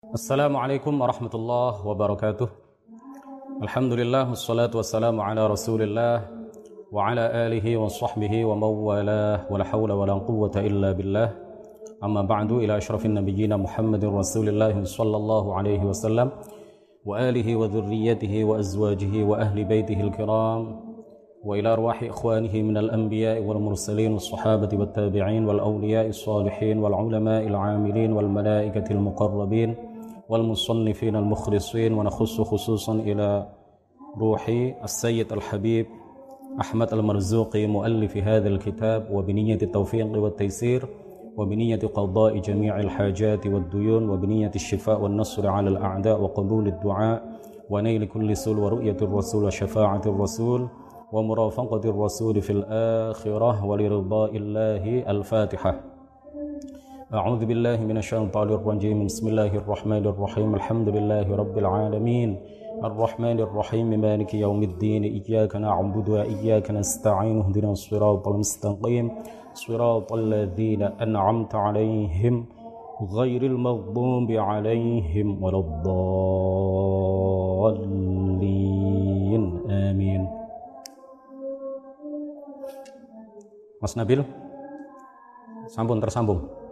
Assalamualaikum warahmatullahi wabarakatuh. Alhamdulillah wassalatu wassalamu ala Rasulillah wa ala alihi wa sahbihi wa mawalah wa la hawla wa la quwwata illa billah. Amma ba'du, ila asyrafin nabiyyina Muhammadin Rasulillah sallallahu alaihi wasallam wa alihi wa dhurriyyatihi wa azwajihi wa ahli baitihi al-kiram wa ila arwahi ikhwanihi minal anbiya'i wal mursalin was sahabati wat tabi'in wal awliya'i salihin wal ulama'il 'amilin wal malaikatil muqarrabin والمصنفين المخلصين ونخص خصوصا إلى روحي السيد الحبيب أحمد المرزوقي مؤلف هذا الكتاب وبنية التوفيق والتيسير وبنية قضاء جميع الحاجات والديون وبنية الشفاء والنصر على الأعداء وقبول الدعاء ونيل كل سول ورؤية الرسول وشفاعة الرسول ومرافقة الرسول في الآخرة ولرضاء الله. الفاتحة. أعوذ بالله من الشيطان الرجيم. بسم الله الرحمن الرحيم. الحمد لله رب العالمين الرحمن الرحيم مالك يوم الدين إياك نعبد وإياك نستعين اهدنا الصراط المستقيم صراط الذين أنعمت عليهم غير المغضوب عليهم ولا الضالين آمين. Mas Nabil, tersambung.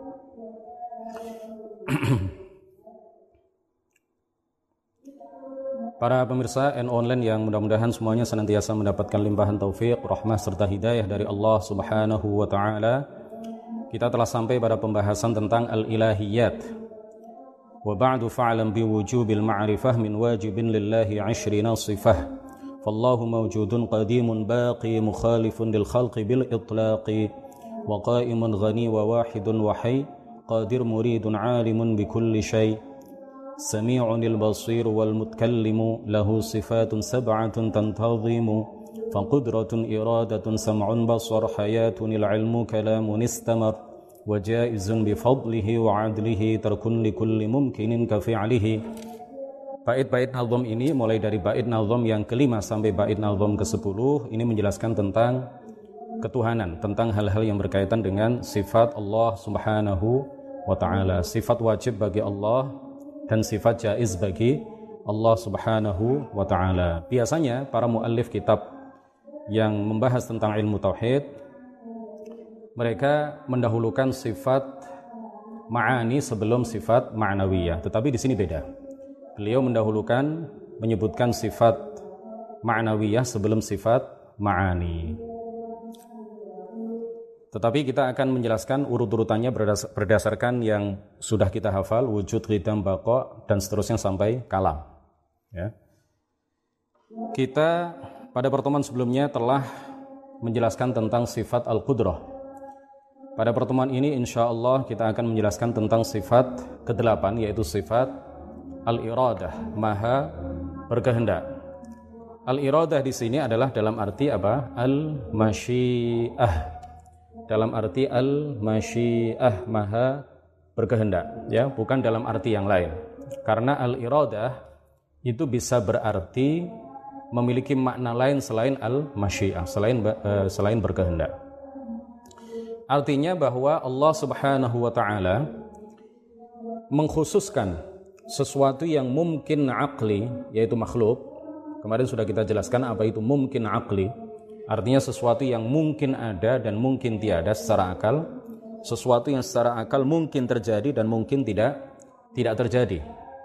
Para pemirsa N Online yang mudah-mudahan semuanya senantiasa mendapatkan limpahan taufik, rahmah serta hidayah dari Allah Subhanahu wa taala. Kita telah sampai pada pembahasan tentang al-ilahiyat. Wa ba'du fa'lam bi wujubil ma'rifah min wajibin lillahi 'ashrina sifah. Fallahu mawjudun qadimun baqi mukhalifun lil khalqi bil itlaqi wa qa'imun ghani wa wahidun wa hayy qadir muridun 'alimun bi kulli syai'. سميع البصير والمتكلم له صفات سبعة تنتظم فقدرة إرادة سمع بصر حياة العلم كلام استمر وجائز بفضله وعدله ترك لكل ممكن كفعله. Bait-bait nazam ini mulai dari bait nazam yang kelima sampai bait nazam ke-10 ini menjelaskan tentang ketuhanan, tentang hal-hal yang berkaitan dengan sifat Allah Subhanahu wa taala, sifat wajib bagi Allah dan sifat jaiz bagi Allah Subhanahu wa taala. Biasanya para muallif kitab yang membahas tentang ilmu tauhid mereka mendahulukan sifat ma'ani sebelum sifat ma'nawiyah, tetapi di sini beda. Beliau menyebutkan sifat ma'nawiyah sebelum sifat ma'ani. Tetapi kita akan menjelaskan urut-urutannya berdasarkan yang sudah kita hafal, wujud, qidam, baqa, dan seterusnya sampai kalam. Ya. Kita pada pertemuan sebelumnya telah menjelaskan tentang sifat al-qudrah. Pada pertemuan ini insya Allah kita akan menjelaskan tentang sifat ke-8, yaitu sifat al-iradah, maha berkehendak. Al-iradah di sini adalah dalam arti apa? Al-masyiah. Dalam arti al-masyiah, maha berkehendak, ya, bukan dalam arti yang lain. Karena al-iradah itu bisa berarti memiliki makna lain selain al-masyiah, selain berkehendak. Artinya bahwa Allah Subhanahu wa taala mengkhususkan sesuatu yang mungkin aqli, yaitu makhluk. Kemarin sudah kita jelaskan apa itu mungkin aqli. Artinya sesuatu yang mungkin ada dan mungkin tiada secara akal, sesuatu yang secara akal mungkin terjadi dan mungkin tidak terjadi.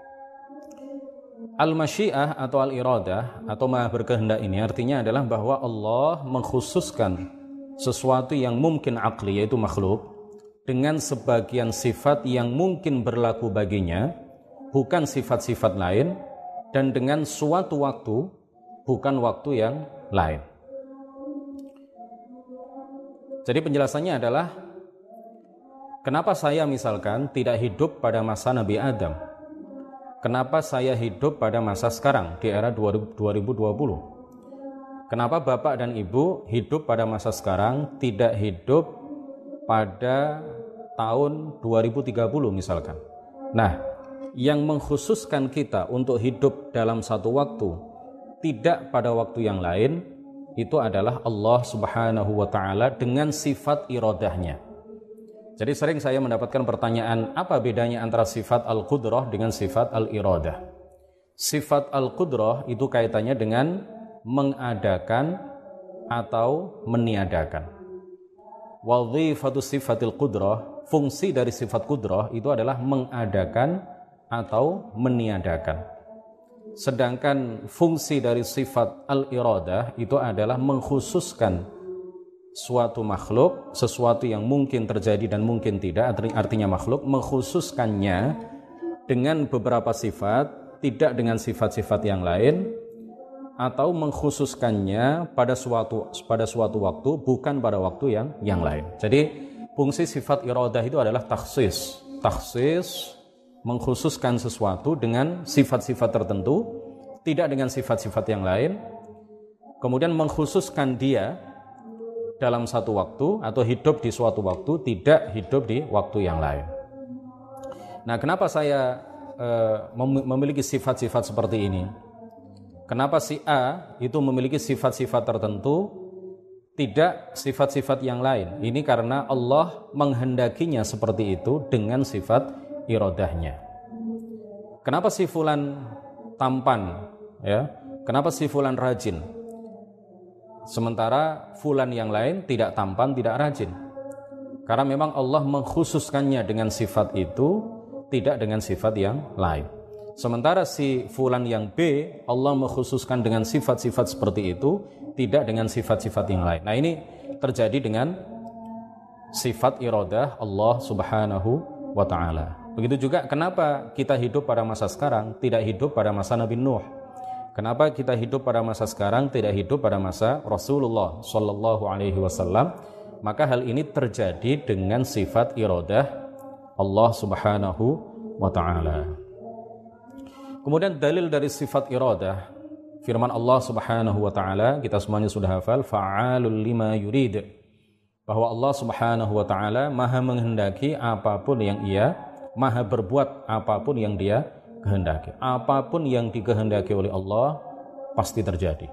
Al-masyiah atau al-iradah atau maha berkehendak ini artinya adalah bahwa Allah mengkhususkan sesuatu yang mungkin akli, yaitu makhluk, dengan sebagian sifat yang mungkin berlaku baginya, bukan sifat-sifat lain, dan dengan suatu waktu, bukan waktu yang lain. Jadi penjelasannya adalah kenapa saya misalkan tidak hidup pada masa Nabi Adam? Kenapa saya hidup pada masa sekarang di era 2020? Kenapa Bapak dan Ibu hidup pada masa sekarang, tidak hidup pada tahun 2030 misalkan? Nah, yang mengkhususkan kita untuk hidup dalam satu waktu, tidak pada waktu yang lain, itu adalah Allah Subhanahu wa taala dengan sifat iradahnya. Jadi sering saya mendapatkan pertanyaan, apa bedanya antara sifat al-qudrah dengan sifat al-iradah? Sifat al-qudrah itu kaitannya dengan mengadakan atau meniadakan. Wadhifatu sifatil qudrah, fungsi dari sifat qudrah itu adalah mengadakan atau meniadakan. Sedangkan fungsi dari sifat al-iradah itu adalah mengkhususkan suatu makhluk, sesuatu yang mungkin terjadi dan mungkin tidak, artinya makhluk mengkhususkannya dengan beberapa sifat, tidak dengan sifat-sifat yang lain, atau mengkhususkannya pada suatu waktu, bukan pada waktu yang lain. Jadi fungsi sifat iradah itu adalah takhsis, mengkhususkan sesuatu dengan sifat-sifat tertentu, tidak dengan sifat-sifat yang lain, kemudian mengkhususkan dia dalam satu waktu atau hidup di suatu waktu, tidak hidup di waktu yang lain. Nah, kenapa saya memiliki sifat-sifat seperti ini? Kenapa si A itu memiliki sifat-sifat tertentu, tidak sifat-sifat yang lain? Ini karena Allah menghendakinya seperti itu dengan sifat iradahnya. Kenapa si fulan tampan, ya? Kenapa si fulan rajin? Sementara fulan yang lain tidak tampan, tidak rajin. Karena memang Allah mengkhususkannya dengan sifat itu, tidak dengan sifat yang lain. Sementara si fulan yang B, Allah mengkhususkan dengan sifat-sifat seperti itu, tidak dengan sifat-sifat yang lain. Nah, ini terjadi dengan sifat iradah Allah Subhanahu wa ta'ala. Begitu juga kenapa kita hidup pada masa sekarang, tidak hidup pada masa Nabi Nuh. Kenapa kita hidup pada masa sekarang, tidak hidup pada masa Rasulullah Sallallahu Alaihi Wasallam? Maka hal ini terjadi dengan sifat iradah Allah Subhanahu wa Ta'ala. Kemudian dalil dari sifat iradah, firman Allah Subhanahu wa Ta'ala, kita semuanya sudah hafal, fa'alul lima yurid, bahwa Allah Subhanahu wa Ta'ala maha menghendaki apapun yang ia, maha berbuat apapun yang dia kehendaki. Apapun yang dikehendaki oleh Allah pasti terjadi.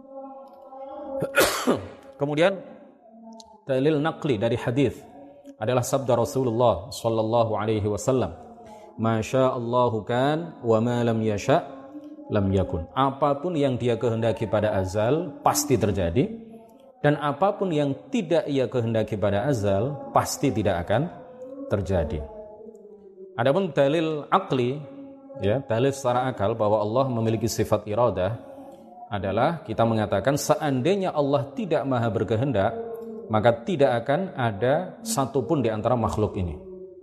Kemudian dalil naqli dari hadis adalah sabda Rasulullah sallallahu alaihi wasallam, "Ma sya'allahu kan wa ma lam yasha' lam yakun." Apapun yang dia kehendaki pada azal pasti terjadi, dan apapun yang tidak ia kehendaki pada azal pasti tidak akan terjadi. Adapun dalil aqli, ya, dalil secara akal bahwa Allah memiliki sifat iradah adalah kita mengatakan seandainya Allah tidak maha berkehendak, maka tidak akan ada satupun di antara makhluk ini.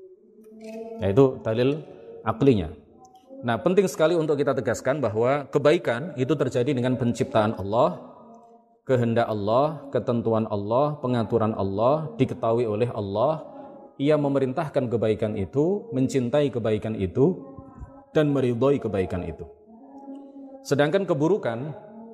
Yaitu dalil aklinya. Nah, penting sekali untuk kita tegaskan bahwa kebaikan itu terjadi dengan penciptaan Allah, kehendak Allah, ketentuan Allah, pengaturan Allah, diketahui oleh Allah. Ia memerintahkan kebaikan itu, mencintai kebaikan itu, dan meridhoi kebaikan itu. Sedangkan keburukan,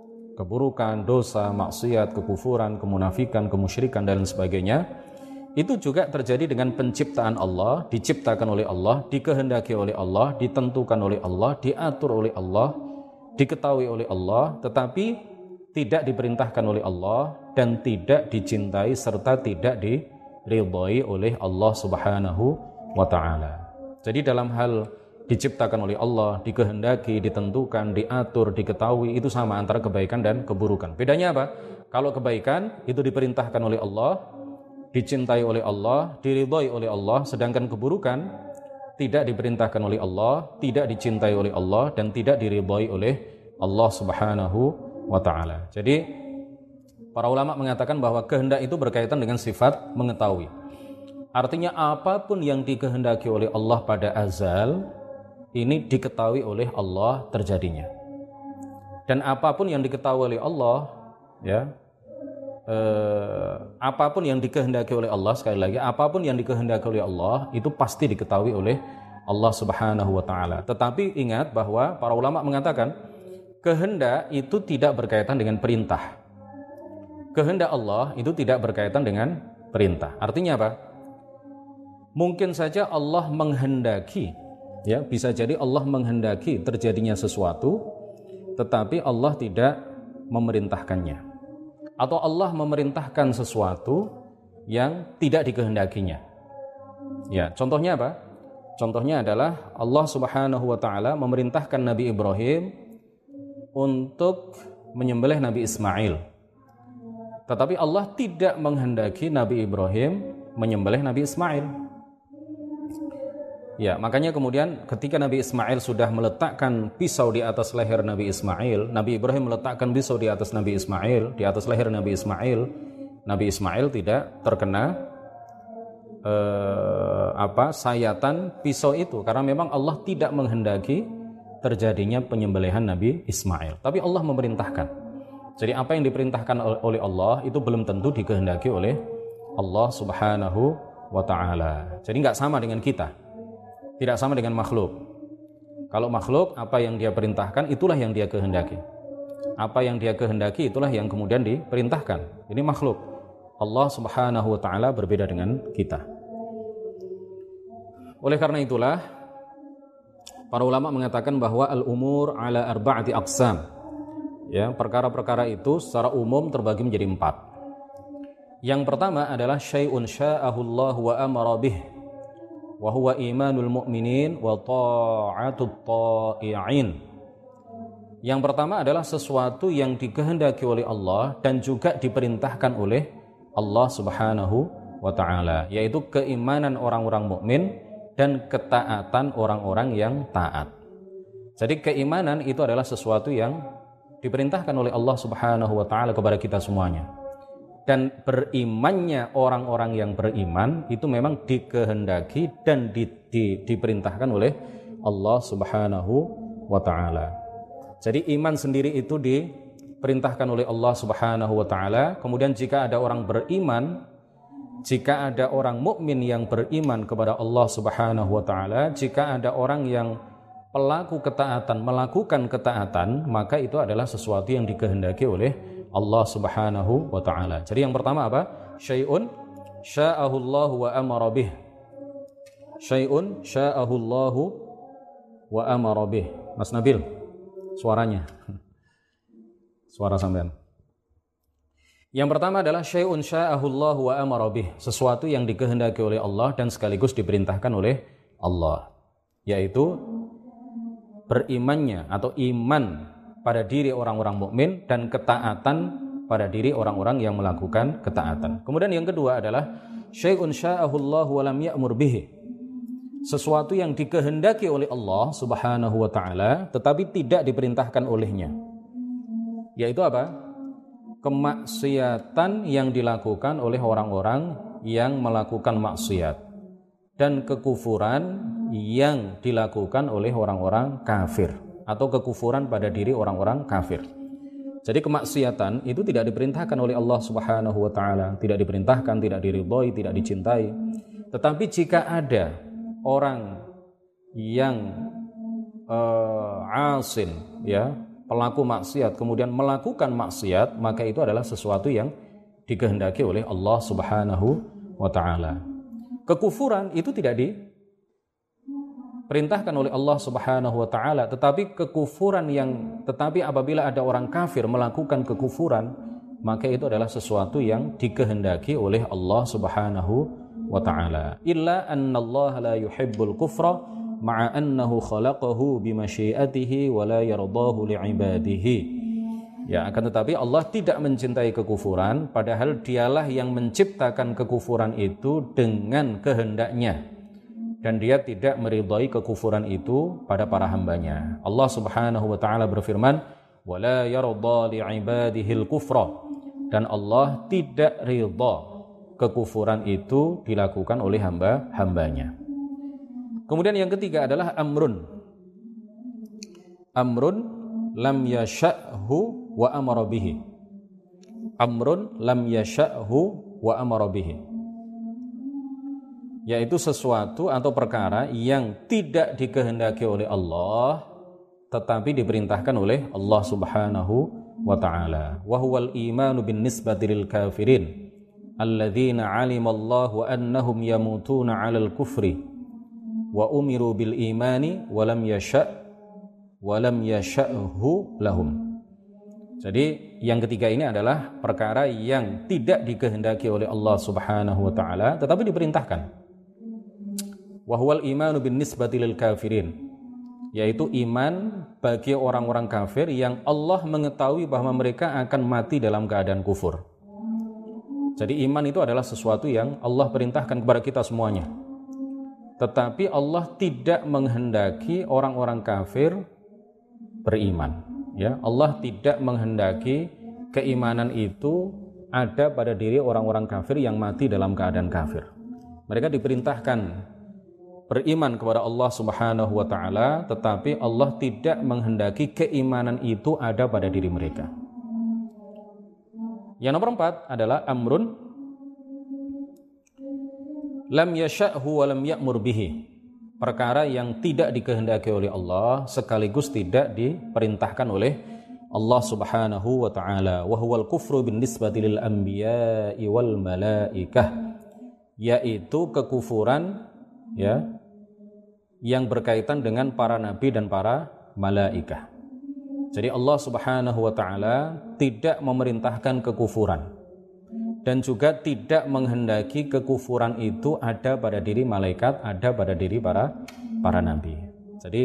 dosa, maksiat, kekufuran, kemunafikan, kemusyrikan dan sebagainya, itu juga terjadi dengan penciptaan Allah, diciptakan oleh Allah, dikehendaki oleh Allah, ditentukan oleh Allah, diatur oleh Allah, diketahui oleh Allah, tetapi tidak diperintahkan oleh Allah dan tidak dicintai serta tidak diridhoi oleh Allah Subhanahu wa ta'ala. Jadi dalam hal diciptakan oleh Allah, dikehendaki, ditentukan, diatur, diketahui, itu sama antara kebaikan dan keburukan. Bedanya apa? Kalau kebaikan itu diperintahkan oleh Allah, dicintai oleh Allah, diridhoi oleh Allah, sedangkan keburukan tidak diperintahkan oleh Allah, tidak dicintai oleh Allah, dan tidak diridhoi oleh Allah Subhanahu wa ta'ala. Jadi para ulama mengatakan bahwa kehendak itu berkaitan dengan sifat mengetahui. Artinya apapun yang dikehendaki oleh Allah pada azal, ini diketahui oleh Allah terjadinya. Dan apapun yang diketahui oleh Allah, ya, apapun yang dikehendaki oleh Allah, sekali lagi, apapun yang dikehendaki oleh Allah itu pasti diketahui oleh Allah Subhanahu wa ta'ala. Tetapi ingat bahwa para ulama mengatakan kehendak itu tidak berkaitan dengan perintah. Kehendak Allah itu tidak berkaitan dengan perintah. Artinya apa? Mungkin saja Allah menghendaki, ya, bisa jadi Allah menghendaki terjadinya sesuatu, tetapi Allah tidak memerintahkannya. Atau Allah memerintahkan sesuatu yang tidak dikehendakinya. Ya, contohnya apa? Contohnya adalah Allah Subhanahu wa taala memerintahkan Nabi Ibrahim untuk menyembelih Nabi Ismail. Tetapi Allah tidak menghendaki Nabi Ibrahim menyembelih Nabi Ismail. Ya, makanya kemudian ketika Nabi Ismail sudah meletakkan pisau di atas leher Nabi Ismail, Nabi Ibrahim meletakkan pisau di atas Nabi Ismail, di atas leher Nabi Ismail, Nabi Ismail tidak terkena sayatan pisau itu, karena memang Allah tidak menghendaki terjadinya penyembelihan Nabi Ismail. Tapi Allah memerintahkan. Jadi apa yang diperintahkan oleh Allah itu belum tentu dikehendaki oleh Allah Subhanahu wa ta'ala. Jadi nggak sama dengan kita, tidak sama dengan makhluk. Kalau makhluk, apa yang dia perintahkan itulah yang dia kehendaki. Apa yang dia kehendaki itulah yang kemudian diperintahkan. Ini makhluk. Allah Subhanahu wa ta'ala berbeda dengan kita. Oleh karena itulah para ulama mengatakan bahwa al-umur ala arba'ati aqsam. Ya, perkara-perkara itu secara umum terbagi menjadi 4. Yang pertama adalah syai'un sya'ahu Allah wa amara bih wa huwa imanul mu'minin wa ta'atut ta'i'in. Yang pertama adalah sesuatu yang dikehendaki oleh Allah dan juga diperintahkan oleh Allah Subhanahu wa ta'ala, yaitu keimanan orang-orang mukmin dan ketaatan orang-orang yang taat. Jadi keimanan itu adalah sesuatu yang diperintahkan oleh Allah Subhanahu wa ta'ala kepada kita semuanya. Dan berimannya orang-orang yang beriman itu memang dikehendaki dan diperintahkan oleh Allah Subhanahu wa ta'ala. Jadi iman sendiri itu diperintahkan oleh Allah Subhanahu wa ta'ala. Kemudian jika ada orang beriman, jika ada orang mukmin yang beriman kepada Allah Subhanahu wa ta'ala, jika ada orang yang pelaku ketaatan, melakukan ketaatan, maka itu adalah sesuatu yang dikehendaki oleh Allah Subhanahu wa ta'ala. Jadi yang pertama apa? Syai'un sya'ahu Allah wa amara bih. Syai'un sya'ahu Allah wa amara bih. Mas Nabil, suaranya. Suara sampean. Yang pertama adalah syai'un sya'ahu Allah wa amara bih, sesuatu yang dikehendaki oleh Allah dan sekaligus diperintahkan oleh Allah, yaitu berimannya atau iman pada diri orang-orang mukmin dan ketaatan pada diri orang-orang yang melakukan ketaatan. Kemudian yang kedua adalah syai'un sya'ahu Allah wa lam ya'mur bihi, sesuatu yang dikehendaki oleh Allah Subhanahu wa ta'ala tetapi tidak diperintahkan olehnya. Yaitu apa? Kemaksiatan yang dilakukan oleh orang-orang yang melakukan maksiat dan kekufuran yang dilakukan oleh orang-orang kafir atau kekufuran pada diri orang-orang kafir. Jadi kemaksiatan itu tidak diperintahkan oleh Allah Subhanahu wa ta'ala, tidak diperintahkan, tidak diridhoi, tidak dicintai. Tetapi jika ada orang yang asin, ya, pelaku maksiat kemudian melakukan maksiat, maka itu adalah sesuatu yang dikehendaki oleh Allah Subhanahu wa ta'ala. Kekufuran itu tidak diperintahkan oleh Allah Subhanahu wa ta'ala, tetapi apabila ada orang kafir melakukan kekufuran, maka itu adalah sesuatu yang dikehendaki oleh Allah Subhanahu wa ta'ala. Illa annallaha la yuhibbul kufra ma'a annahu khalaqahu bimasyiatihi wa la yardahu li'ibadihi. Ya, akan tetapi Allah tidak mencintai kekufuran, padahal dialah yang menciptakan kekufuran itu dengan kehendaknya, dan dia tidak meridai kekufuran itu pada para hambanya. Allah Subhanahu wa ta'ala berfirman, wa la yarda li'ibadihi al-kufra, dan Allah tidak ridha kekufuran itu dilakukan oleh hamba-hambanya. Kemudian yang ketiga adalah amrun lam yasha'hu wa amara bihi. Amrun lam yasha'hu wa amara bihi, yaitu sesuatu atau perkara yang tidak dikehendaki oleh Allah tetapi diperintahkan oleh Allah Subhanahu wa ta'ala. Wa huwal imanu bin nisbati lil kafirin alladzina 'alimallahu annahum yamutuna 'alal kufri wa umiru bil imani wa lam yasha'hu lahum. Jadi yang ketiga ini adalah perkara yang tidak dikehendaki oleh Allah Subhanahu wa ta'ala tetapi diperintahkan. wa huwal imanu bin nisbati lil kafirin, yaitu iman bagi orang-orang kafir yang Allah mengetahui bahwa mereka akan mati dalam keadaan kufur. Jadi iman itu adalah sesuatu yang Allah perintahkan kepada kita semuanya. Tetapi Allah tidak menghendaki orang-orang kafir beriman. Ya, Allah tidak menghendaki keimanan itu ada pada diri orang-orang kafir yang mati dalam keadaan kafir. Mereka diperintahkan beriman kepada Allah Subhanahu wa taala, tetapi Allah tidak menghendaki keimanan itu ada pada diri mereka. Yang nomor 4 adalah amrun lam yasha'hu wa lam ya'mur bihi. Perkara yang tidak dikehendaki oleh Allah sekaligus tidak diperintahkan oleh Allah Subhanahu wa taala. Wa huwal kufru bin nisbati lil anbiya'i wal malaikah, yaitu kekufuran ya yang berkaitan dengan para nabi dan para malaikah. Jadi Allah Subhanahu wa taala tidak memerintahkan kekufuran dan juga tidak menghendaki kekufuran itu ada pada diri malaikat, ada pada diri para nabi. Jadi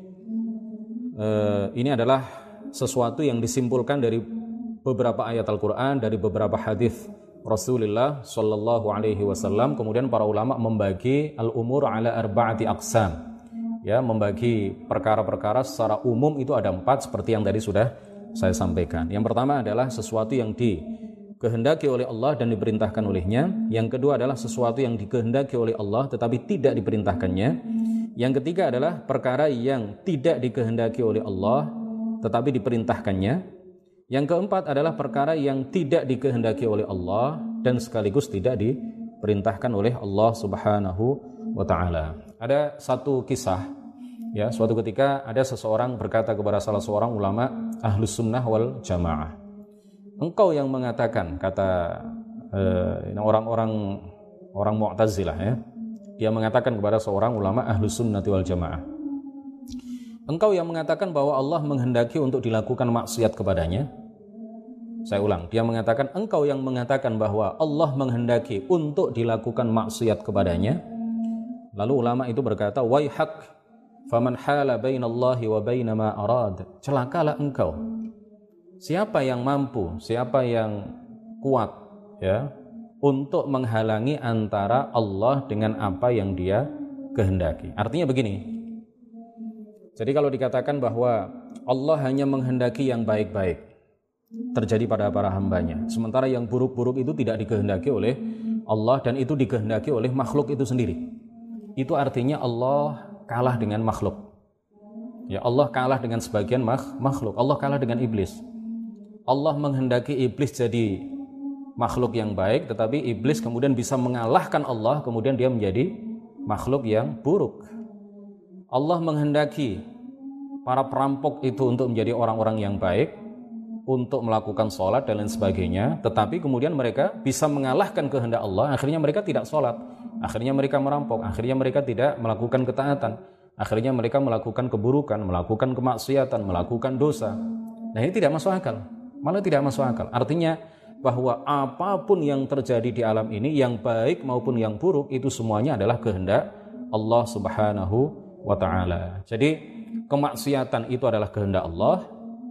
ini adalah sesuatu yang disimpulkan dari beberapa ayat Al-Qur'an, dari beberapa hadis Rasulullah sallallahu alaihi wasallam. Kemudian para ulama membagi al-umur ala arba'ati aqsam. Ya, membagi perkara-perkara secara umum itu ada 4 seperti yang tadi sudah saya sampaikan. Yang pertama adalah sesuatu yang dikehendaki oleh Allah dan diperintahkan olehnya. Yang kedua adalah sesuatu yang dikehendaki oleh Allah tetapi tidak diperintahkannya. Yang ketiga adalah perkara yang tidak dikehendaki oleh Allah tetapi diperintahkannya. Yang keempat adalah perkara yang tidak dikehendaki oleh Allah dan sekaligus tidak diperintahkan oleh Allah Subhanahu wa ta'ala. Ada satu kisah, ya, suatu ketika ada seseorang berkata kepada salah seorang ulama Ahlus Sunnah wal Jamaah, engkau yang mengatakan, kata orang Mu'tazilah, ya, dia mengatakan kepada seorang ulama Ahlus Sunnah wal Jamaah, engkau yang mengatakan bahwa Allah menghendaki untuk dilakukan maksiat kepadanya. Saya ulang, dia mengatakan, engkau yang mengatakan bahwa Allah menghendaki untuk dilakukan maksiat kepadanya. Lalu ulama itu berkata, waihak faman hala bainallahi wa baina ma arad. Celakalah engkau. Siapa yang mampu, siapa yang kuat, ya, untuk menghalangi antara Allah dengan apa yang dia kehendaki. Artinya begini. Jadi kalau dikatakan bahwa Allah hanya menghendaki yang baik-baik terjadi pada para hambanya, sementara yang buruk-buruk itu tidak dikehendaki oleh Allah dan itu dikehendaki oleh makhluk itu sendiri, itu artinya Allah kalah dengan makhluk. Ya, Allah kalah dengan sebagian makhluk. Allah kalah dengan iblis. Allah menghendaki iblis jadi makhluk yang baik, tetapi iblis kemudian bisa mengalahkan Allah, kemudian dia menjadi makhluk yang buruk. Allah menghendaki para perampok itu untuk menjadi orang-orang yang baik, untuk melakukan sholat dan lain sebagainya, tetapi kemudian mereka bisa mengalahkan kehendak Allah, akhirnya mereka tidak sholat, akhirnya mereka merampok, akhirnya mereka tidak melakukan ketaatan, akhirnya mereka melakukan keburukan, melakukan kemaksiatan, melakukan dosa. Nah, ini tidak masuk akal, malah tidak masuk akal. Artinya bahwa apapun yang terjadi di alam ini, yang baik maupun yang buruk, itu semuanya adalah kehendak Allah Subhanahu wa ta'ala. Jadi kemaksiatan itu adalah kehendak Allah,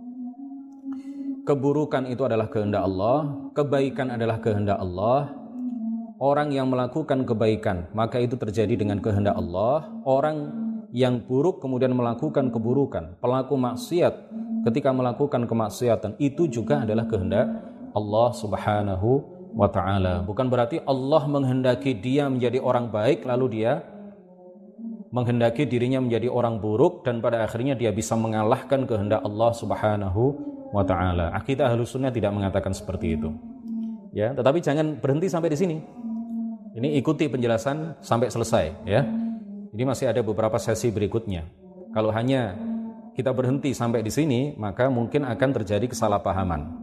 keburukan itu adalah kehendak Allah, kebaikan adalah kehendak Allah. Orang yang melakukan kebaikan, maka itu terjadi dengan kehendak Allah. Orang yang buruk kemudian melakukan keburukan, pelaku maksiat ketika melakukan kemaksiatan, itu juga adalah kehendak Allah Subhanahu wa ta'ala. Bukan berarti Allah menghendaki dia menjadi orang baik, lalu dia menghendaki dirinya menjadi orang buruk, dan pada akhirnya dia bisa mengalahkan kehendak Allah Subhanahu wa ta'ala. Akidah Ahlus Sunnah tidak mengatakan seperti itu. Ya, tetapi jangan berhenti sampai di sini. Ini ikuti penjelasan sampai selesai, ya. Ini masih ada beberapa sesi berikutnya. Kalau hanya kita berhenti sampai di sini, maka mungkin akan terjadi kesalahpahaman.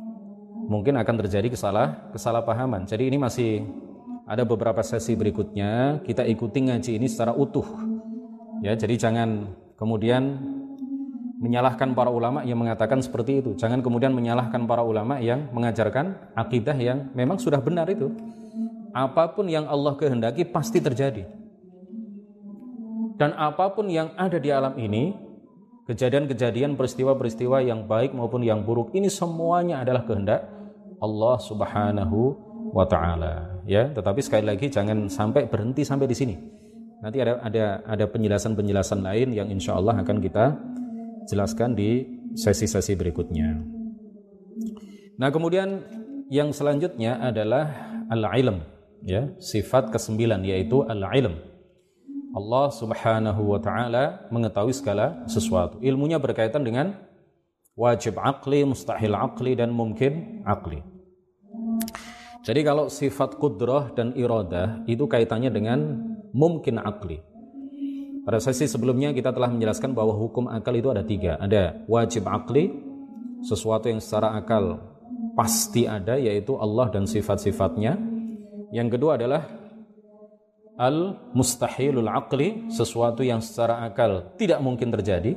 Kesalahpahaman. Jadi ini masih ada beberapa sesi berikutnya. Kita ikuti ngaji ini secara utuh. Ya, jadi jangan kemudian menyalahkan para ulama yang mengatakan seperti itu. Jangan kemudian menyalahkan para ulama yang mengajarkan akidah yang memang sudah benar itu. Apapun yang Allah kehendaki pasti terjadi. Dan apapun yang ada di alam ini, kejadian-kejadian, peristiwa-peristiwa yang baik maupun yang buruk, ini semuanya adalah kehendak Allah Subhanahu wa ta'ala. Ya, tetapi sekali lagi jangan sampai berhenti sampai di sini. Nanti ada penjelasan-penjelasan lain yang insya Allah akan kita jelaskan di sesi-sesi berikutnya. Nah, kemudian yang selanjutnya adalah al-ilm, ya, sifat ke-9 yaitu al-ilm. Allah Subhanahu wa ta'ala mengetahui segala sesuatu. Ilmunya berkaitan dengan wajib aqli, mustahil aqli, dan mungkin aqli. Jadi kalau sifat qudrah dan iradah itu kaitannya dengan mungkin aqli. Pada sesi sebelumnya kita telah menjelaskan bahwa hukum akal itu ada 3. Ada wajib aqli, sesuatu yang secara akal pasti ada, yaitu Allah dan sifat-sifatnya. Yang kedua adalah al-mustahilul aqli, sesuatu yang secara akal tidak mungkin terjadi,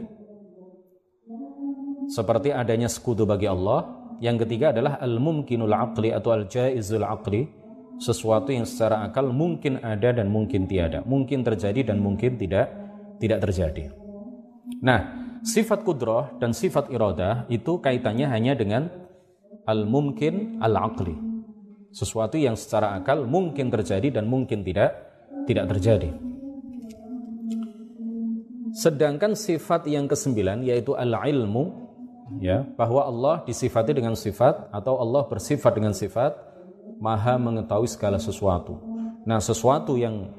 seperti adanya sekutu bagi Allah. Yang ketiga adalah al-mumkinul aqli atau al-jaizul aqli, sesuatu yang secara akal mungkin ada dan mungkin tiada, mungkin terjadi dan mungkin tidak terjadi. Nah, sifat qudrah dan sifat iradah itu kaitannya hanya dengan al-mumkin al-aqli, sesuatu yang secara akal mungkin terjadi dan mungkin tidak terjadi. Sedangkan sifat yang ke-9 yaitu al-ilmu, ya, bahwa Allah disifati dengan sifat atau Allah bersifat dengan sifat maha mengetahui segala sesuatu. Nah, sesuatu yang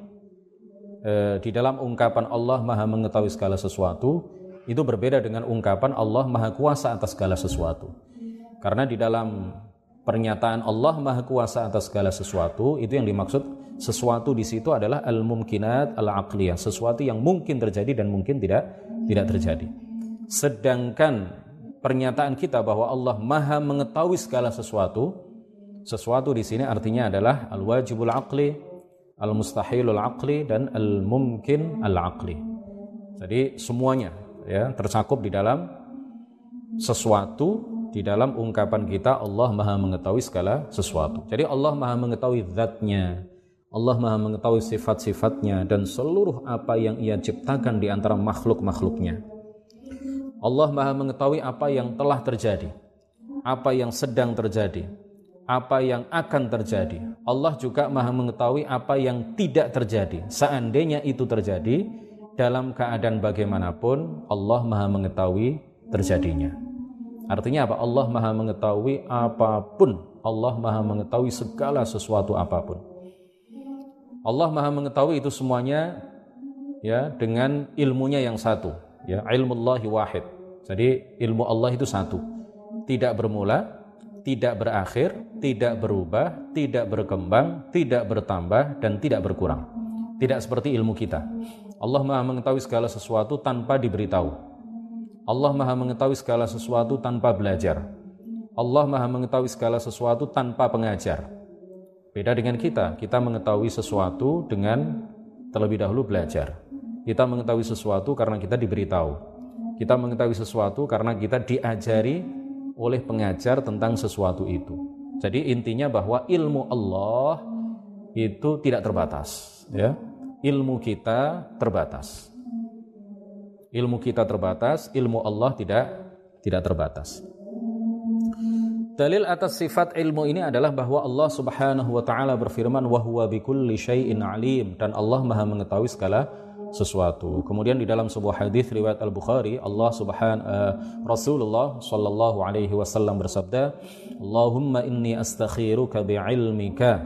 di dalam ungkapan Allah maha mengetahui segala sesuatu itu berbeda dengan ungkapan Allah maha kuasa atas segala sesuatu. Karena di dalam pernyataan Allah maha kuasa atas segala sesuatu, itu yang dimaksud sesuatu di situ adalah al-mumkinat al-aqliyah, sesuatu yang mungkin terjadi dan mungkin tidak terjadi. Sedangkan pernyataan kita bahwa Allah maha mengetahui segala sesuatu di sini artinya adalah al-wajibul aqli, al-mustahilul aqli, dan al-mumkin al-aqli. Jadi semuanya, ya, tercakup di dalam sesuatu, di dalam ungkapan kita Allah maha mengetahui segala sesuatu. Jadi Allah maha mengetahui zatnya, Allah maha mengetahui sifat-sifatnya dan seluruh apa yang ia ciptakan di antara makhluk-makhluknya. Allah maha mengetahui apa yang telah terjadi, apa yang sedang terjadi, apa yang akan terjadi. Allah juga maha mengetahui apa yang tidak terjadi. Seandainya itu terjadi, dalam keadaan bagaimanapun, Allah maha mengetahui terjadinya. Artinya apa? Allah maha mengetahui apapun. Allah maha mengetahui segala sesuatu apapun. Allah maha mengetahui itu semuanya, ya, dengan ilmunya yang satu, ya, ilmullahi wahid. Jadi ilmu Allah itu satu, tidak bermula, tidak berakhir, tidak berubah, tidak berkembang, tidak bertambah, dan tidak berkurang. Tidak seperti ilmu kita. Allah maha mengetahui segala sesuatu tanpa diberitahu. Allah maha mengetahui segala sesuatu tanpa belajar. Allah maha mengetahui segala sesuatu tanpa pengajar. Beda dengan kita mengetahui sesuatu dengan terlebih dahulu belajar. Kita mengetahui sesuatu karena kita diberitahu. Kita mengetahui sesuatu karena kita diajari oleh pengajar tentang sesuatu itu. Jadi intinya bahwa ilmu Allah itu tidak terbatas, ya. Ilmu kita terbatas. Ilmu kita terbatas, ilmu Allah tidak terbatas. Dalil atas sifat ilmu ini adalah bahwa Allah Subhanahu wa ta'ala berfirman wa huwa bikulli syai'in alim, dan Allah maha mengetahui segala sesuatu. Kemudian di dalam sebuah hadis riwayat Al-Bukhari, Rasulullah sallallahu alaihi wasallam bersabda, Allahumma inni astakhiruka bi'ilmika.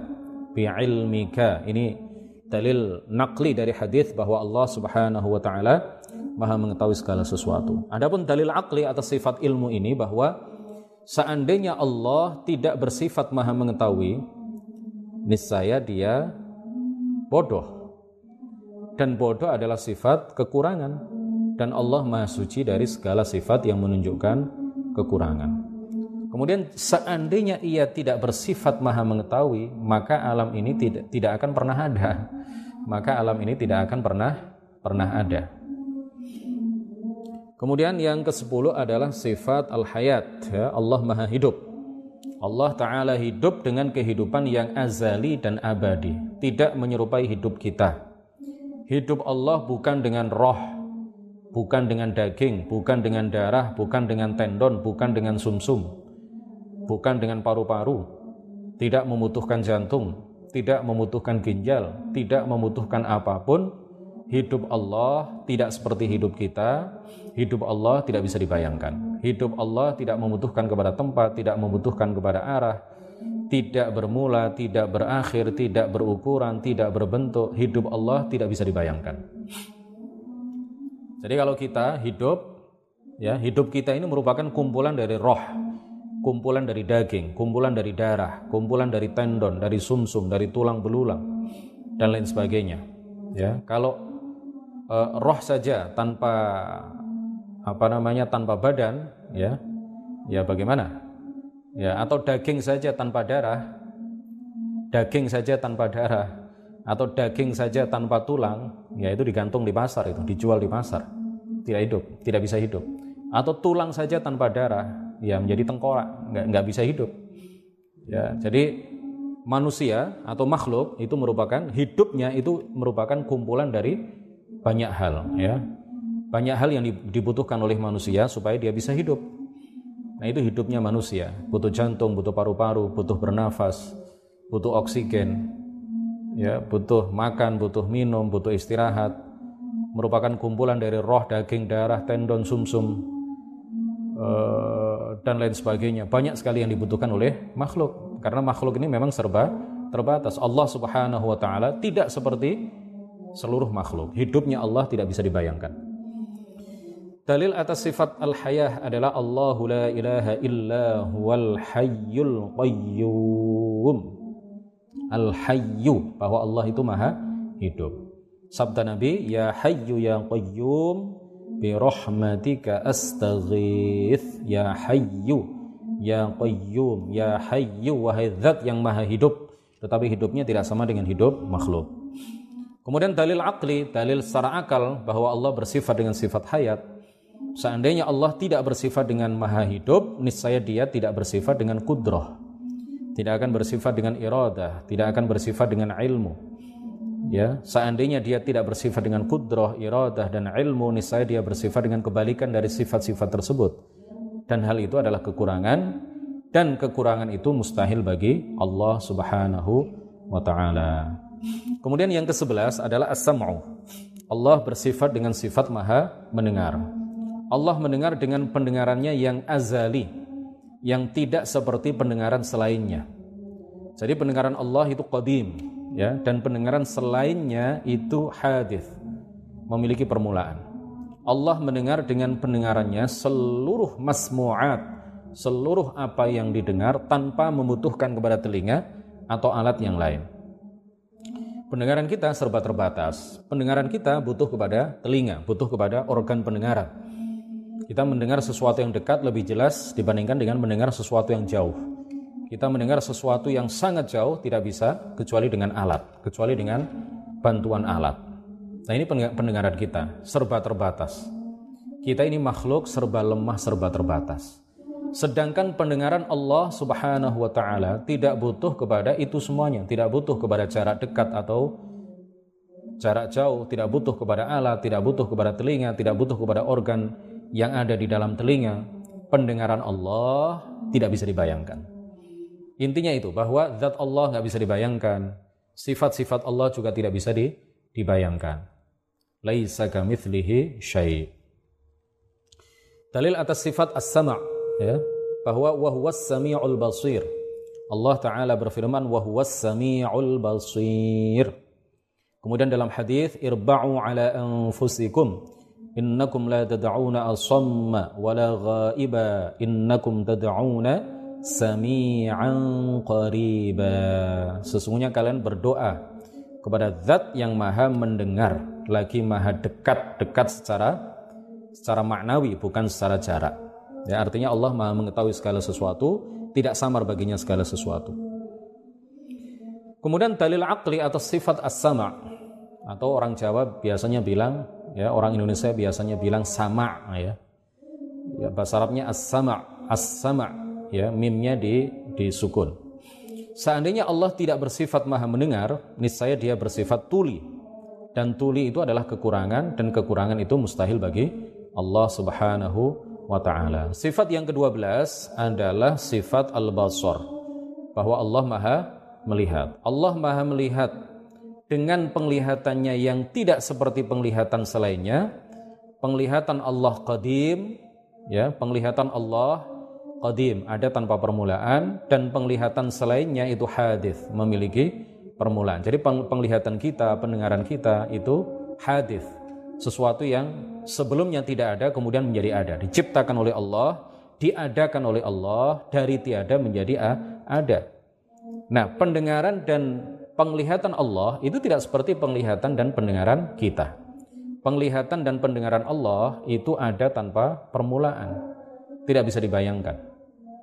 Ini dalil naqli dari hadis bahwa Allah Subhanahu wa ta'ala maha mengetahui segala sesuatu. Adapun dalil aqli atas sifat ilmu ini bahwa seandainya Allah tidak bersifat maha mengetahui, niscaya dia bodoh. Dan bodoh adalah sifat kekurangan. Dan Allah maha suci dari segala sifat yang menunjukkan kekurangan. Kemudian seandainya ia tidak bersifat maha mengetahui, maka alam ini tidak akan pernah ada. Maka alam ini tidak akan pernah ada. Kemudian yang ke-10 adalah sifat al-hayat, ya, Allah maha hidup. Allah Ta'ala hidup dengan kehidupan yang azali dan abadi, tidak menyerupai hidup kita. Hidup Allah bukan dengan roh, bukan dengan daging, bukan dengan darah, bukan dengan tendon, bukan dengan sumsum, bukan dengan paru-paru, tidak membutuhkan jantung, tidak membutuhkan ginjal, tidak membutuhkan apapun. Hidup Allah tidak seperti hidup kita. Hidup Allah tidak bisa dibayangkan. Hidup Allah tidak membutuhkan kepada tempat, tidak membutuhkan kepada arah, tidak bermula, tidak berakhir, tidak berukuran, tidak berbentuk. Hidup Allah tidak bisa dibayangkan. Jadi kalau kita hidup, ya, hidup kita ini merupakan kumpulan dari roh, kumpulan dari daging, kumpulan dari darah, kumpulan dari tendon, dari sumsum, dari tulang belulang, dan lain sebagainya. Ya, kalau roh saja tanpa tanpa badan, ya bagaimana? Ya, atau daging saja tanpa darah, daging saja tanpa darah, atau daging saja tanpa tulang, ya itu digantung di pasar, itu dijual di pasar, tidak hidup, tidak bisa hidup. Atau tulang saja tanpa darah, ya menjadi tengkorak, nggak bisa hidup. Ya, jadi manusia atau makhluk itu merupakan hidupnya itu merupakan kumpulan dari banyak hal, ya. Banyak hal yang dibutuhkan oleh manusia supaya dia bisa hidup. Nah, itu hidupnya manusia, butuh jantung, butuh paru-paru, butuh bernafas, butuh oksigen, ya, butuh makan, butuh minum, butuh istirahat. Merupakan kumpulan dari roh, daging, darah, tendon, sumsum, dan lain sebagainya. Banyak sekali yang dibutuhkan oleh makhluk, karena makhluk ini memang serba terbatas. Allah Subhanahu wa taala tidak seperti seluruh makhluk. Hidupnya Allah tidak bisa dibayangkan. Dalil atas sifat al-hayah adalah Allahu la ilaha illa huwal hayyul qayyum. Al-hayyu, bahwa Allah itu maha hidup. Sabda Nabi, ya hayyu ya qayyum bi rahmatika astaghith. Ya hayyu ya qayyum, ya hayyu, wahai zat yang maha hidup, tetapi hidupnya tidak sama dengan hidup makhluk. Kemudian dalil aqli, dalil secara akal bahwa Allah bersifat dengan sifat hayat. Seandainya Allah tidak bersifat dengan maha hidup, niscaya dia tidak bersifat dengan kudrah, tidak akan bersifat dengan iradah, tidak akan bersifat dengan ilmu. Ya, seandainya dia tidak bersifat dengan kudrah, iradah, dan ilmu, niscaya dia bersifat dengan kebalikan dari sifat-sifat tersebut. Dan hal itu adalah kekurangan, dan kekurangan itu mustahil bagi Allah Subhanahu wa ta'ala. Kemudian yang ke-11 adalah as-sam'u. Allah bersifat dengan sifat maha mendengar. Allah mendengar dengan pendengarannya yang azali, yang tidak seperti pendengaran selainnya. Jadi pendengaran Allah itu qadim, ya, dan pendengaran selainnya itu hadits, memiliki permulaan. Allah mendengar dengan pendengarannya seluruh masmu'at, seluruh apa yang didengar tanpa membutuhkan kepada telinga atau alat yang lain. Pendengaran kita serba terbatas. Pendengaran kita butuh kepada telinga, butuh kepada organ pendengaran. Kita mendengar sesuatu yang dekat lebih jelas dibandingkan dengan mendengar sesuatu yang jauh. Kita mendengar sesuatu yang sangat jauh tidak bisa kecuali dengan alat, kecuali dengan bantuan alat. Nah, ini pendengaran kita serba terbatas. Kita ini makhluk serba lemah, serba terbatas. Sedangkan pendengaran Allah Subhanahu wa ta'ala tidak butuh kepada itu semuanya, tidak butuh kepada jarak dekat atau jarak jauh, tidak butuh kepada alat, tidak butuh kepada telinga, tidak butuh kepada organ yang ada di dalam telinga. Pendengaran Allah tidak bisa dibayangkan. Intinya itu, bahwa zat Allah nggak bisa dibayangkan, sifat-sifat Allah juga tidak bisa dibayangkan. Laisa kamitslihi syai'. Dalil atas sifat as-sama', ya, bahwa wa huwas sami'ul basir. Allah Ta'ala berfirman wa huwas sami'ul basir. Kemudian dalam hadis, irba'u ala anfusikum innakum la tad'una asamma wala ghaiba innakum tad'una sami'an qariba. Sesungguhnya kalian berdoa kepada zat yang maha mendengar, lagi maha dekat secara maknawi, bukan secara jarak. Ya, artinya Allah maha mengetahui segala sesuatu, tidak samar baginya segala sesuatu. Kemudian dalil aqli atas sifat as-sama', atau orang Jawa biasanya bilang, ya, orang Indonesia biasanya bilang sama', ya. Ya, bahasa Arabnya as-sama', as-sama', ya, mimnya disukun. Seandainya Allah tidak bersifat maha mendengar, niscaya dia bersifat tuli, dan tuli itu adalah kekurangan, dan kekurangan itu mustahil bagi Allah Subhanahu wa ta'ala. Sifat yang ke-12 adalah sifat al-basar, bahwa Allah Maha melihat. Allah Maha melihat dengan penglihatannya yang tidak seperti penglihatan selainnya. Penglihatan Allah qadim, ya, penglihatan Allah qadim, ada tanpa permulaan, dan penglihatan selainnya itu hadits, memiliki permulaan. Jadi penglihatan kita, pendengaran kita itu hadits, sesuatu yang sebelumnya tidak ada kemudian menjadi ada, diciptakan oleh Allah, diadakan oleh Allah, dari tiada menjadi ada. Nah, pendengaran dan penglihatan Allah itu tidak seperti penglihatan dan pendengaran kita. Penglihatan dan pendengaran Allah itu ada tanpa permulaan, tidak bisa dibayangkan.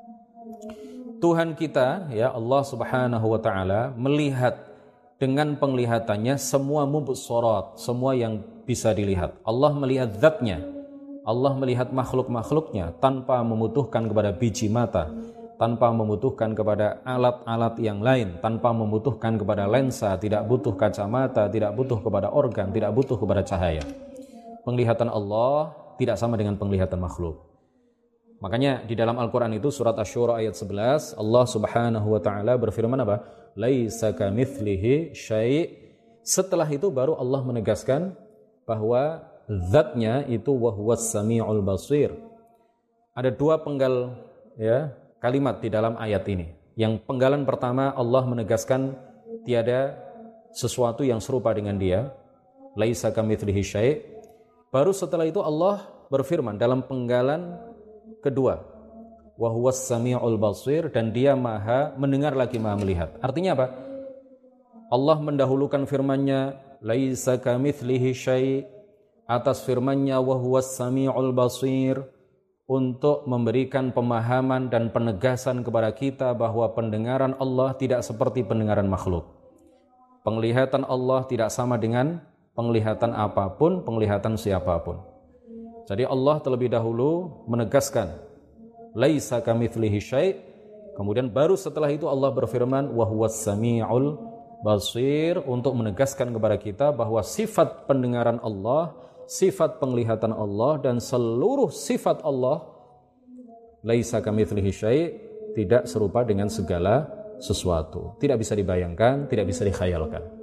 Tuhan kita, ya Allah Subhanahu wa ta'ala, melihat dengan penglihatannya semua mubsharat, semua yang bisa dilihat. Allah melihat zatnya, Allah melihat makhluk-makhluknya tanpa membutuhkan kepada biji mata, tanpa membutuhkan kepada alat-alat yang lain, tanpa membutuhkan kepada lensa, tidak butuh kacamata, tidak butuh kepada organ, tidak butuh kepada cahaya. Penglihatan Allah tidak sama dengan penglihatan makhluk. Makanya di dalam Al-Quran itu surat Asy-Syura ayat 11, Allah Subhanahu wa ta'ala berfirman apa? Laisa kamitslihi syai'. Setelah itu baru Allah menegaskan bahwa zatnya itu wa huwas sami'ul basir. Ada dua penggal, ya, kalimat di dalam ayat ini. Yang penggalan pertama, Allah menegaskan tiada sesuatu yang serupa dengan Dia, laisa kamitslihi syai'. Baru setelah itu Allah berfirman dalam penggalan kedua, wa huwas sami'ul basir, dan Dia Maha mendengar lagi Maha melihat. Artinya apa? Allah mendahulukan firman-Nya laisa kamitslihi syai' atas firman-Nya wa huwas sami'ul basir, untuk memberikan pemahaman dan penegasan kepada kita bahwa pendengaran Allah tidak seperti pendengaran makhluk. Penglihatan Allah tidak sama dengan penglihatan apapun, penglihatan siapapun. Jadi Allah terlebih dahulu menegaskan laisa kamitslihi syai', kemudian baru setelah itu Allah berfirman wa huwas sami'ul basir, untuk menegaskan kepada kita bahwa sifat pendengaran Allah, sifat penglihatan Allah, dan seluruh sifat Allah laisa kamitslihi syai', tidak serupa dengan segala sesuatu, tidak bisa dibayangkan, tidak bisa dikhayalkan.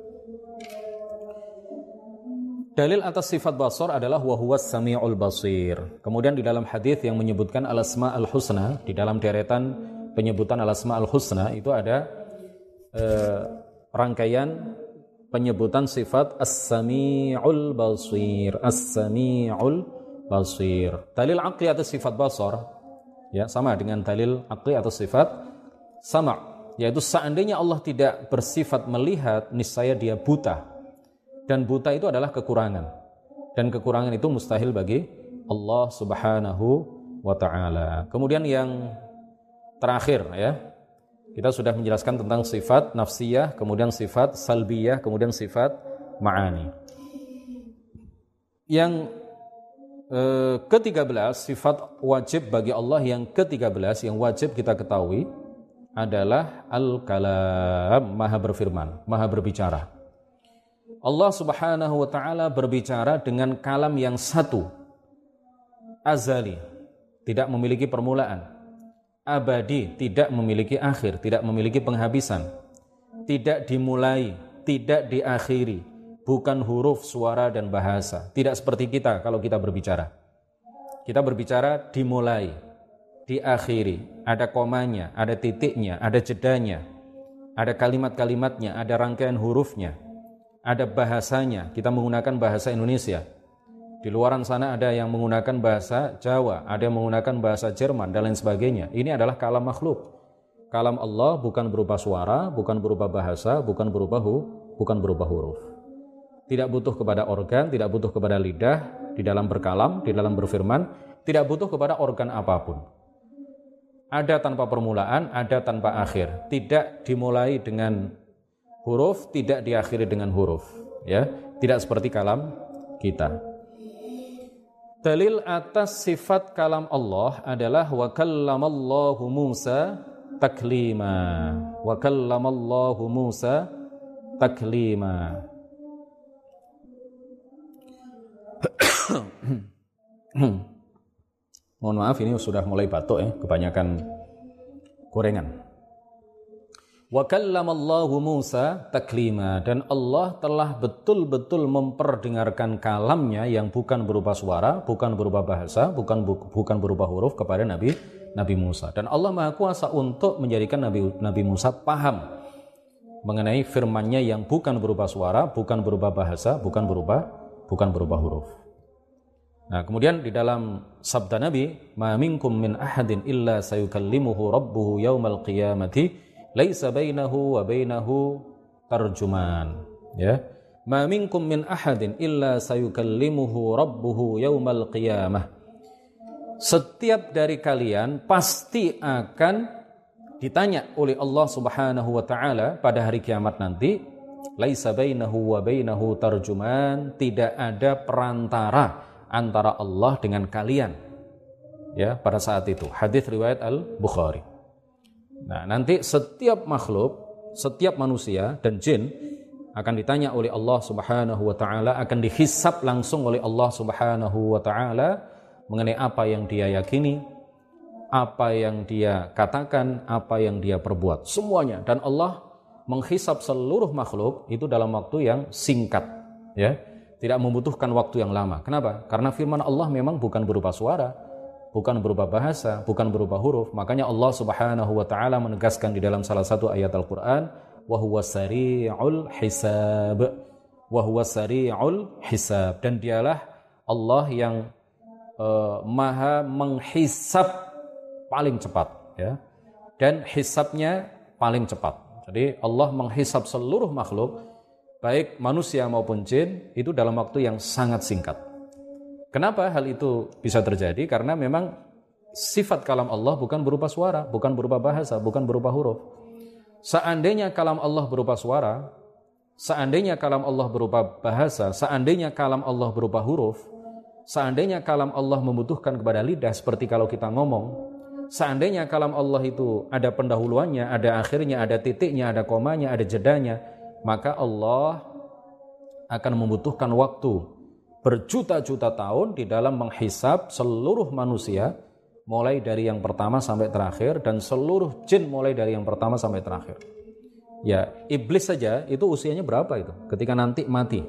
Dalil atas sifat basar adalah wa huwas sami'ul basir. Kemudian di dalam hadis yang menyebutkan al-asma'ul husna, di dalam deretan penyebutan al-asma'ul husna itu ada rangkaian penyebutan sifat as-sami'ul basir, as-sami'ul basir. Dalil aqli atas sifat basar, ya, sama dengan dalil aqli atas sifat sama', yaitu seandainya Allah tidak bersifat melihat, niscaya Dia buta. Dan buta itu adalah kekurangan, dan kekurangan itu mustahil bagi Allah Subhanahu wa ta'ala. Kemudian yang terakhir, ya, kita sudah menjelaskan tentang sifat nafsiyah, kemudian sifat salbiyah, kemudian sifat ma'ani. Yang ke-13, sifat wajib bagi Allah yang ke-13 yang wajib kita ketahui adalah al-kalam, Maha berfirman, Maha berbicara. Allah Subhanahu wa ta'ala berbicara dengan kalam yang satu, azali, tidak memiliki permulaan, abadi, tidak memiliki akhir, tidak memiliki penghabisan, tidak dimulai, tidak diakhiri, bukan huruf, suara, dan bahasa. Tidak seperti kita kalau kita berbicara. Kita berbicara dimulai, diakhiri, ada komanya, ada titiknya, ada jedanya, ada kalimat-kalimatnya, ada rangkaian hurufnya, ada bahasanya. Kita menggunakan bahasa Indonesia. Di luaran sana ada yang menggunakan bahasa Jawa, ada yang menggunakan bahasa Jerman, dan lain sebagainya. Ini adalah kalam makhluk. Kalam Allah bukan berupa suara, bukan berupa bahasa, bukan berupa huruf. Tidak butuh kepada organ, tidak butuh kepada lidah di dalam berkalam, di dalam berfirman, tidak butuh kepada organ apapun. Ada tanpa permulaan, ada tanpa akhir. Tidak dimulai dengan huruf, tidak diakhiri dengan huruf, ya, tidak seperti kalam kita. Dalil atas sifat kalam Allah adalah wa kallamallahu Musa taklima. Wa kallamallahu Musa taklima. Mohon maaf, ini sudah mulai batuk ya, kebanyakan gorengan. Wa kallamallahu Musa taklima, dan Allah telah betul-betul memperdengarkan kalamnya yang bukan berupa suara, bukan berupa bahasa, bukan berupa huruf kepada Nabi Musa. Dan Allah Maha Kuasa untuk menjadikan Nabi Musa paham mengenai firman-Nya yang bukan berupa suara, bukan berupa bahasa, bukan berupa huruf. Nah, kemudian di dalam sabda Nabi, "Ma minkum min ahadin illa sayukallimuhu rabbuhu yaumal qiyamati laisa bainahu wa bainahu tarjuman." Ya. "Ma minkum min ahadin illa sayukallimuhu rabbuhu yaumal qiyamah." Setiap dari kalian pasti akan ditanya oleh Allah Subhanahu wa taala pada hari kiamat nanti. Laisa bainahu wa bainahu tarjuman, tidak ada perantara antara Allah dengan kalian. Ya, pada saat itu. Hadis riwayat Al-Bukhari. Nah, nanti setiap makhluk, setiap manusia dan jin akan ditanya oleh Allah Subhanahu wa taala, akan dihisab langsung oleh Allah Subhanahu wa taala mengenai apa yang dia yakini, apa yang dia katakan, apa yang dia perbuat, semuanya. Dan Allah menghisab seluruh makhluk itu dalam waktu yang singkat, ya. Tidak membutuhkan waktu yang lama. Kenapa? Karena firman Allah memang bukan berupa suara, bukan berupa bahasa, bukan berupa huruf. Makanya Allah Subhanahu wa taala menegaskan di dalam salah satu ayat Al-Qur'an, wa huwas sari'ul hisab. Wa huwas sari'ul hisab, dan dialah Allah yang maha menghisab paling cepat, ya. Dan hisabnya paling cepat. Jadi Allah menghisab seluruh makhluk, baik manusia maupun jin, itu dalam waktu yang sangat singkat. Kenapa hal itu bisa terjadi? Karena memang sifat kalam Allah bukan berupa suara, bukan berupa bahasa, bukan berupa huruf. Seandainya kalam Allah berupa suara, seandainya kalam Allah berupa bahasa, seandainya kalam Allah berupa huruf, seandainya kalam Allah membutuhkan kepada lidah seperti kalau kita ngomong, seandainya kalam Allah itu ada pendahuluannya, ada akhirnya, ada titiknya, ada komanya, ada jedanya, maka Allah akan membutuhkan waktu berjuta-juta tahun di dalam menghisab seluruh manusia, mulai dari yang pertama sampai terakhir, dan seluruh jin mulai dari yang pertama sampai terakhir. Ya, iblis saja itu usianya berapa itu ketika nanti mati?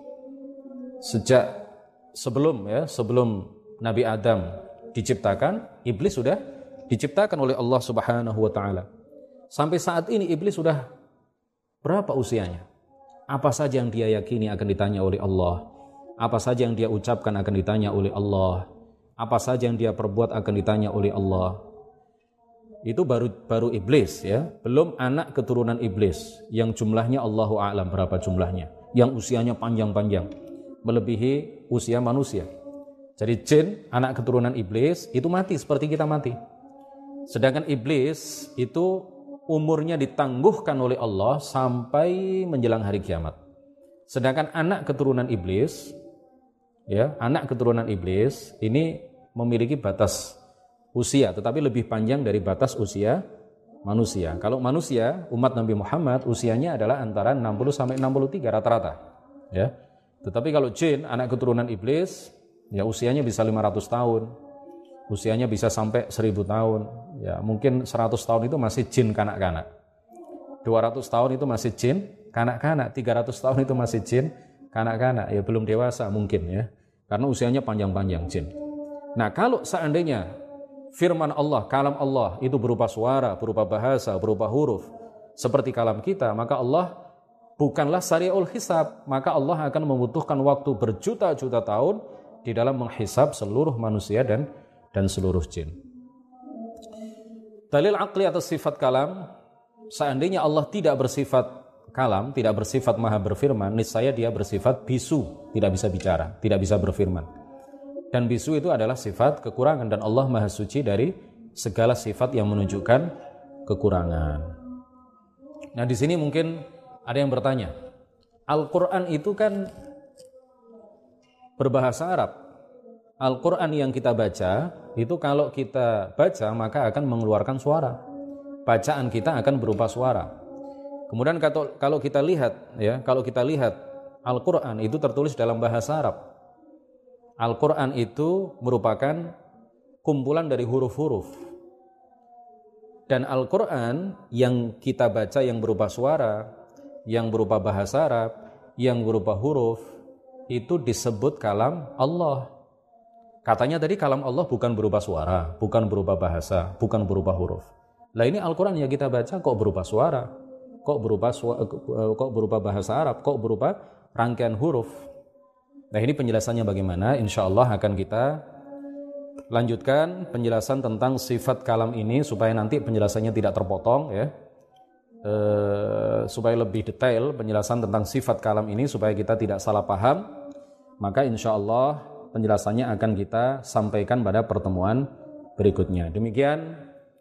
Sejak sebelum Nabi Adam diciptakan, iblis sudah diciptakan oleh Allah Subhanahu wa taala. Sampai saat ini iblis sudah berapa usianya? Apa saja yang dia yakini akan ditanya oleh Allah. Apa saja yang dia ucapkan akan ditanya oleh Allah. Apa saja yang dia perbuat akan ditanya oleh Allah. Itu baru iblis, ya. Belum anak keturunan iblis yang jumlahnya Allahu a'lam berapa jumlahnya, yang usianya panjang-panjang, melebihi usia manusia. Jadi jin, anak keturunan iblis, itu mati seperti kita mati. Sedangkan iblis itu umurnya ditangguhkan oleh Allah sampai menjelang hari kiamat. Sedangkan anak keturunan iblis, ya, anak keturunan iblis ini memiliki batas usia, tetapi lebih panjang dari batas usia manusia. Kalau manusia, umat Nabi Muhammad, usianya adalah antara 60 sampai 63 rata-rata, ya. Tetapi kalau jin, anak keturunan iblis, ya usianya bisa 500 tahun. Usianya bisa sampai 1000 tahun. Ya, mungkin 100 tahun itu masih jin kanak-kanak. 200 tahun itu masih jin kanak-kanak. 300 tahun itu masih jin kanak-kanak. Ya, belum dewasa mungkin, ya. Karena usianya panjang-panjang jin. Nah, kalau seandainya firman Allah, kalam Allah itu berupa suara, berupa bahasa, berupa huruf, seperti kalam kita, maka Allah bukanlah sari'ul hisab. Maka Allah akan membutuhkan waktu berjuta-juta tahun di dalam menghisab seluruh manusia dan seluruh jin. Dalil akli atas sifat kalam, seandainya Allah tidak bersifat kalam, tidak bersifat maha berfirman, niscaya dia bersifat bisu, tidak bisa bicara, tidak bisa berfirman. Dan bisu itu adalah sifat kekurangan, dan Allah maha suci dari segala sifat yang menunjukkan kekurangan. Nah, di sini mungkin ada yang bertanya, Al-Quran itu kan berbahasa Arab. Al-Quran yang kita baca, itu kalau kita baca maka akan mengeluarkan suara. Bacaan kita akan berupa suara. Kemudian kalau kita lihat, ya, kalau kita lihat Al-Quran itu tertulis dalam bahasa Arab. Al-Quran itu merupakan kumpulan dari huruf-huruf. Dan Al-Quran yang kita baca yang berupa suara, yang berupa bahasa Arab, yang berupa huruf, itu disebut kalam Allah. Katanya tadi kalam Allah bukan berupa suara, bukan berupa bahasa, bukan berupa huruf. Lah ini Al-Quran yang kita baca kok berupa suara, kok berupa bahasa Arab, kok berupa rangkaian huruf. Nah ini penjelasannya bagaimana, insya Allah akan kita lanjutkan penjelasan tentang sifat kalam ini supaya nanti penjelasannya tidak terpotong ya. Supaya lebih detail penjelasan tentang sifat kalam ini supaya kita tidak salah paham, maka insya Allah penjelasannya akan kita sampaikan pada pertemuan berikutnya. Demikian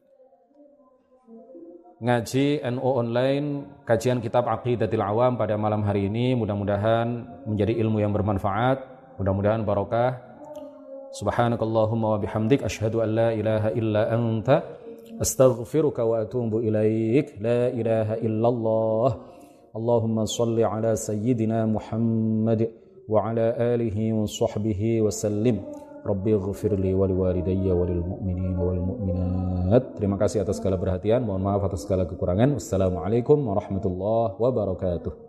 ngaji NU online kajian kitab Aqidatul Awam pada malam hari ini, mudah-mudahan menjadi ilmu yang bermanfaat, mudah-mudahan barokah. Subhanakallahumma wa bihamdik asyhadu an la ilaha illa anta astaghfiruka wa atubu ilaik. La ilaha illallah. Allahumma salli ala sayyidina Muhammad wa ala alihi wa sahbihi wa sallim. Rabbi ighfirli wa liwalidayya wa lil mu'minina wal mu'minat. Terima kasih atas segala perhatian, mohon maaf atas segala kekurangan. Wassalamualaikum warahmatullahi wabarakatuh.